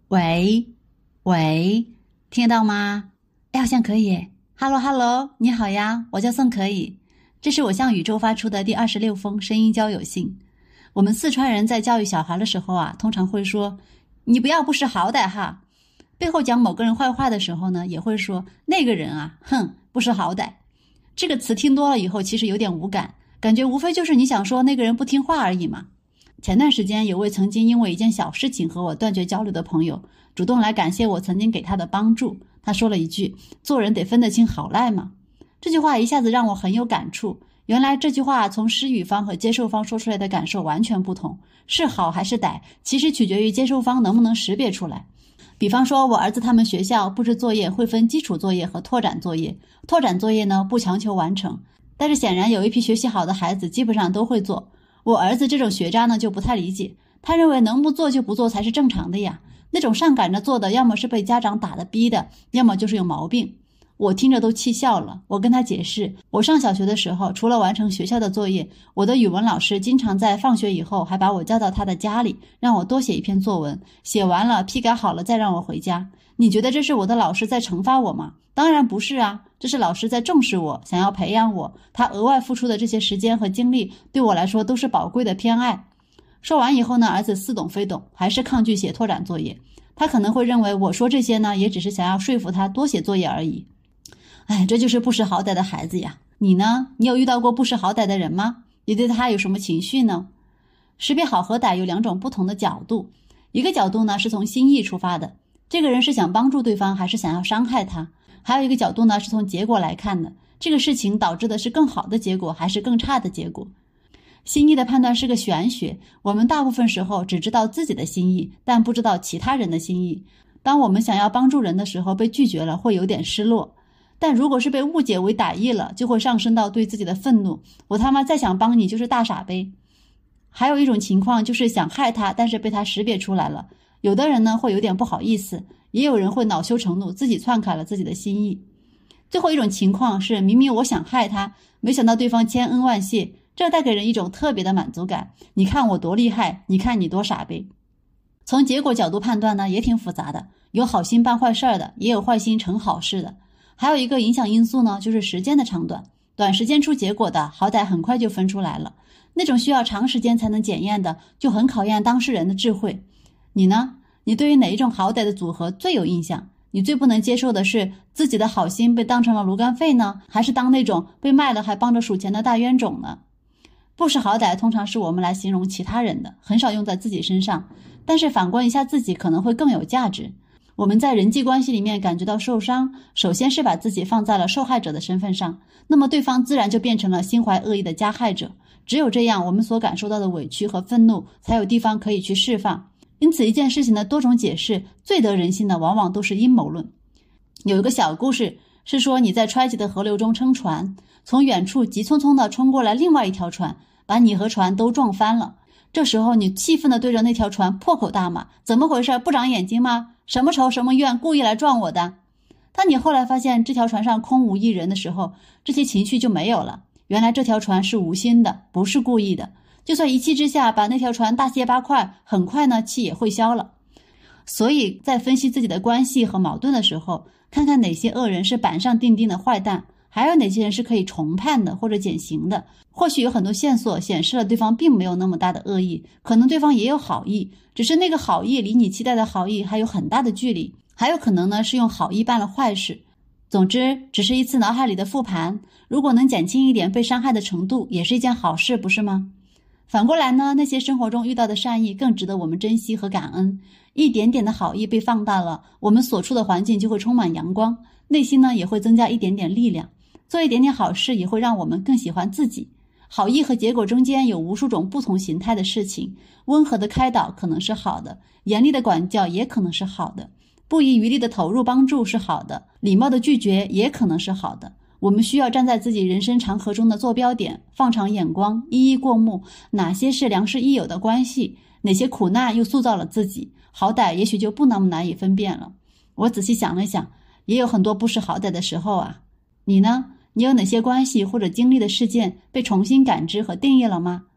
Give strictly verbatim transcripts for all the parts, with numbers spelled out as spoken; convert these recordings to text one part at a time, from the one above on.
喂喂，听得到吗？哎，好像可以。Hello Hello， 你好呀，我叫宋可以。这是我向宇宙发出的第二十六封声音交友信。我们四川人在教育小孩的时候啊，通常会说你不要不识好歹哈。背后讲某个人坏话的时候呢，也会说那个人啊，哼，不识好歹。这个词听多了以后，其实有点无感，感觉无非就是你想说那个人不听话而已嘛。前段时间有位曾经因为一件小事情和我断绝交流的朋友主动来感谢我曾经给他的帮助，他说了一句做人得分得清好赖嘛。这句话一下子让我很有感触，原来这句话从施予方和接受方说出来的感受完全不同，是好还是歹其实取决于接受方能不能识别出来。比方说我儿子他们学校布置作业会分基础作业和拓展作业，拓展作业呢不强求完成，但是显然有一批学习好的孩子基本上都会做。我儿子这种学渣呢就不太理解，他认为能不做就不做才是正常的呀，那种上赶着做的要么是被家长打的逼的，要么就是有毛病。我听着都气笑了，我跟他解释，我上小学的时候除了完成学校的作业，我的语文老师经常在放学以后还把我叫到他的家里，让我多写一篇作文，写完了批改好了再让我回家。你觉得这是我的老师在惩罚我吗？当然不是啊，这是老师在重视我，想要培养我，他额外付出的这些时间和精力对我来说都是宝贵的偏爱。说完以后呢，儿子似懂非懂，还是抗拒写拓展作业。他可能会认为我说这些呢，也只是想要说服他多写作业而已。哎，这就是不识好歹的孩子呀。你呢？你有遇到过不识好歹的人吗？你对他有什么情绪呢？识别好和歹有两种不同的角度，一个角度呢是从心意出发的，这个人是想帮助对方还是想要伤害他，还有一个角度呢是从结果来看的，这个事情导致的是更好的结果还是更差的结果。心意的判断是个玄学，我们大部分时候只知道自己的心意，但不知道其他人的心意。当我们想要帮助人的时候被拒绝了，会有点失落，但如果是被误解为歹意了，就会上升到对自己的愤怒，我他妈再想帮你就是大傻呗。还有一种情况就是想害他，但是被他识别出来了，有的人呢会有点不好意思，也有人会恼羞成怒，自己篡改了自己的心意。最后一种情况是明明我想害他，没想到对方千恩万谢，这带给人一种特别的满足感，你看我多厉害，你看你多傻呗。从结果角度判断呢也挺复杂的，有好心办坏事的，也有坏心成好事的。还有一个影响因素呢，就是时间的长短，短时间出结果的好歹很快就分出来了，那种需要长时间才能检验的就很考验当事人的智慧。你呢？你对于哪一种好歹的组合最有印象？你最不能接受的是自己的好心被当成了炉甘肺呢，还是当那种被卖了还帮着数钱的大冤种呢？不识好歹通常是我们来形容其他人的，很少用在自己身上，但是反观一下自己可能会更有价值。我们在人际关系里面感觉到受伤，首先是把自己放在了受害者的身份上，那么对方自然就变成了心怀恶意的加害者。只有这样，我们所感受到的委屈和愤怒才有地方可以去释放。因此一件事情的多种解释，最得人心的往往都是阴谋论。有一个小故事是说，你在湍急的河流中撑船，从远处急匆匆地冲过来另外一条船，把你和船都撞翻了。这时候你气愤地对着那条船破口大骂，怎么回事？不长眼睛吗？什么仇什么怨，故意来撞我的。当你后来发现这条船上空无一人的时候，这些情绪就没有了。原来这条船是无心的，不是故意的。就算一气之下把那条船大卸八块，很快呢气也会消了。所以在分析自己的关系和矛盾的时候，看看哪些恶人是板上钉钉的坏蛋，还有哪些人是可以重判的或者减刑的。或许有很多线索显示了对方并没有那么大的恶意，可能对方也有好意，只是那个好意离你期待的好意还有很大的距离，还有可能呢是用好意办了坏事。总之只是一次脑海里的复盘，如果能减轻一点被伤害的程度，也是一件好事，不是吗？反过来呢，那些生活中遇到的善意更值得我们珍惜和感恩。一点点的好意被放大了，我们所处的环境就会充满阳光，内心呢也会增加一点点力量。做一点点好事也会让我们更喜欢自己。好意和结果中间有无数种不同形态的事情，温和的开导可能是好的，严厉的管教也可能是好的，不遗余力的投入帮助是好的，礼貌的拒绝也可能是好的。我们需要站在自己人生长河中的坐标点，放长眼光，一一过目，哪些是良师益友的关系，哪些苦难又塑造了自己，好歹也许就不那么难以分辨了。我仔细想了想，也有很多不识好歹的时候啊。你呢？你有哪些关系或者经历的事件被重新感知和定义了吗？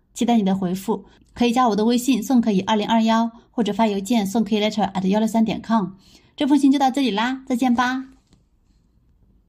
期待你的回复。可以加我的微信宋可以二零二一，或者发邮件宋可以 letter at 一六三点 com。这封信就到这里啦，再见吧。